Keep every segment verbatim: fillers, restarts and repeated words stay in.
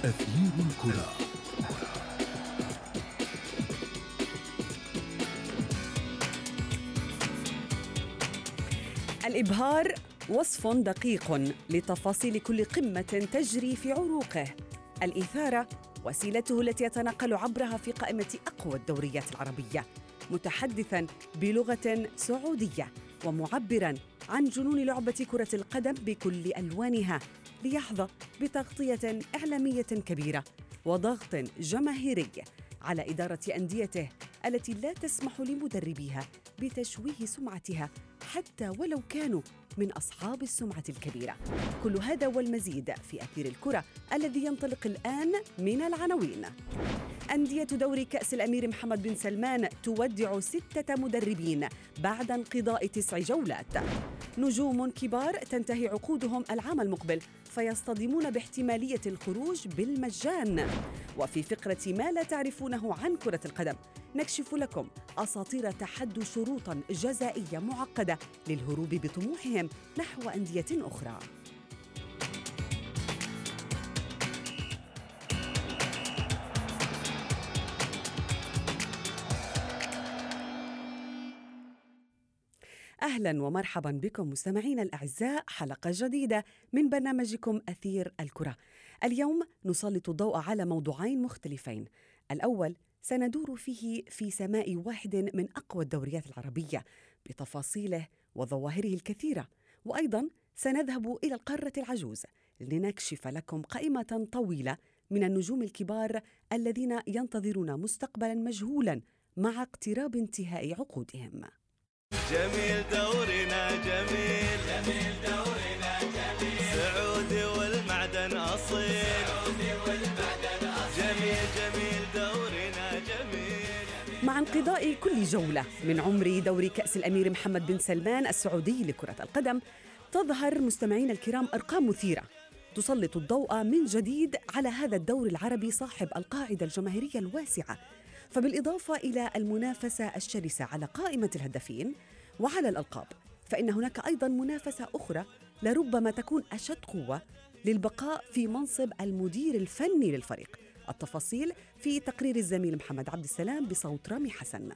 أثير الكرة. الإبهار وصف دقيق لتفاصيل كل قمة تجري في عروقه. الإثارة وسيلته التي يتنقل عبرها في قائمة أقوى الدوريات العربية، متحدثاً بلغة سعودية ومعبراً عن جنون لعبة كرة القدم بكل ألوانها، ليحظى بتغطية إعلامية كبيرة وضغط جماهيري على إدارة أنديته التي لا تسمح لمدربيها بتشويه سمعتها حتى ولو كانوا من أصحاب السمعة الكبيرة. كل هذا والمزيد في أثير الكرة الذي ينطلق الآن من العناوين. أندية دوري كأس الأمير محمد بن سلمان تودع ستة مدربين بعد انقضاء تسع جولات. نجوم كبار تنتهي عقودهم العام المقبل فيصطدمون باحتمالية الخروج بالمجان. وفي فقرة ما لا تعرفونه عن كرة القدم نكشف لكم أساطير تحدوا شروطاً جزائية معقدة للهروب بطموحهم نحو أندية أخرى. أهلاً ومرحباً بكم مستمعينا الأعزاء، حلقة جديدة من برنامجكم أثير الكرة. اليوم نسلط الضوء على موضوعين مختلفين. الأول سندور فيه في سماء واحد من أقوى الدوريات العربية بتفاصيله وظواهره الكثيرة، وأيضاً سنذهب إلى القارة العجوز لنكشف لكم قائمة طويلة من النجوم الكبار الذين ينتظرون مستقبلاً مجهولاً مع اقتراب انتهاء عقودهم. جميل دورنا جميل جميل دورنا جميل سعودي والمعدن أصيل سعودي والمعدن أصيل جميل جميل دورنا جميل. مع انقضاء كل جولة من عمر دوري كأس الأمير محمد بن سلمان السعودي لكرة القدم تظهر مستمعين الكرام أرقام مثيرة تسلط الضوء من جديد على هذا الدور العربي صاحب القاعدة الجماهيرية الواسعة. فبالإضافة إلى المنافسة الشرسة على قائمة الهدافين وعلى الألقاب، فإن هناك أيضاً منافسة أخرى لربما تكون أشد قوة للبقاء في منصب المدير الفني للفريق. التفاصيل في تقرير الزميل محمد عبد السلام بصوت رامي حسن.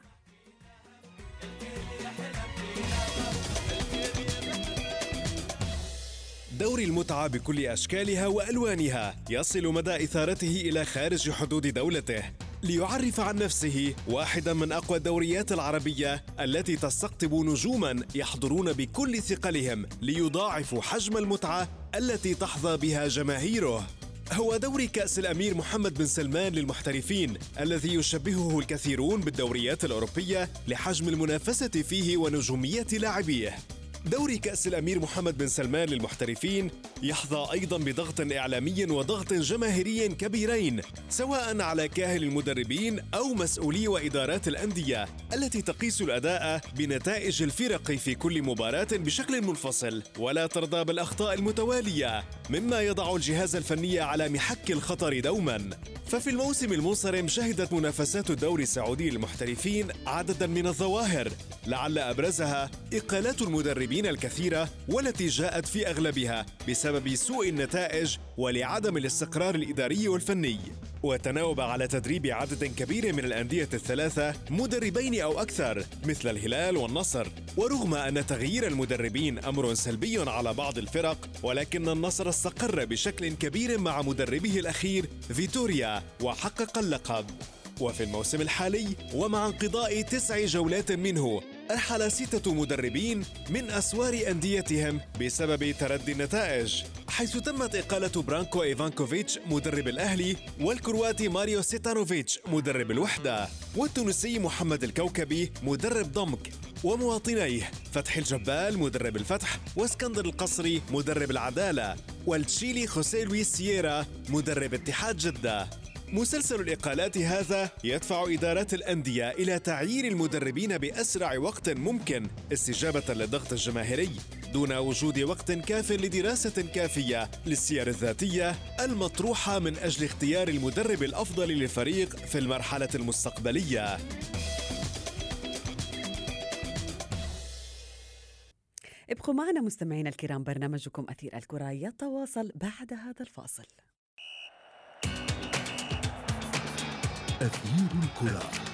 دوري المتعة بكل أشكالها وألوانها يصل مدى إثارته إلى خارج حدود دولته، ليعرف عن نفسه واحداً من أقوى الدوريات العربية التي تستقطب نجوماً يحضرون بكل ثقلهم ليضاعفوا حجم المتعة التي تحظى بها جماهيره. هو دوري كأس الأمير محمد بن سلمان للمحترفين الذي يشبهه الكثيرون بالدوريات الأوروبية لحجم المنافسة فيه ونجومية لاعبيه. دوري كأس الأمير محمد بن سلمان للمحترفين يحظى أيضاً بضغط إعلامي وضغط جماهيري كبيرين، سواء على كاهل المدربين أو مسؤولي وإدارات الأندية التي تقيس الأداء بنتائج الفرق في كل مباراة بشكل منفصل ولا ترضى بالأخطاء المتوالية، مما يضع الجهاز الفني على محك الخطر دوماً. ففي الموسم المنصرم شهدت منافسات الدوري السعودي للمحترفين عدداً من الظواهر، لعل أبرزها إقالات المدربين الكثيرة والتي جاءت في أغلبها بسبب سوء النتائج ولعدم الاستقرار الإداري والفني. وتناوب على تدريب عدد كبير من الأندية الثلاثة مدربين أو أكثر مثل الهلال والنصر. ورغم أن تغيير المدربين أمر سلبي على بعض الفرق، ولكن النصر استقر بشكل كبير مع مدربه الأخير فيتوريا وحقق اللقب. وفي الموسم الحالي ومع انقضاء تسع جولات منه أرحل ستة مدربين من أسوار أنديتهم بسبب تردي النتائج، حيث تمت إقالة برانكو إيفانكوفيتش مدرب الأهلي، والكرواتي ماريو سيتانوفيتش مدرب الوحدة، والتونسي محمد الكوكبي مدرب ضمك، ومواطنيه فتح الجبال مدرب الفتح، واسكندر القصري مدرب العدالة، والتشيلي خوسيه لويس سييرا مدرب اتحاد جدة. مسلسل الإقالات هذا يدفع إدارات الأندية إلى تعيين المدربين بأسرع وقت ممكن استجابة للضغط الجماهيري، دون وجود وقت كاف لدراسة كافية للسير الذاتية المطروحة من أجل اختيار المدرب الأفضل للفريق في المرحلة المستقبلية. ابقوا معنا مستمعينا الكرام، برنامجكم أثير الكرة يتواصل بعد هذا الفاصل. أثير الكرة.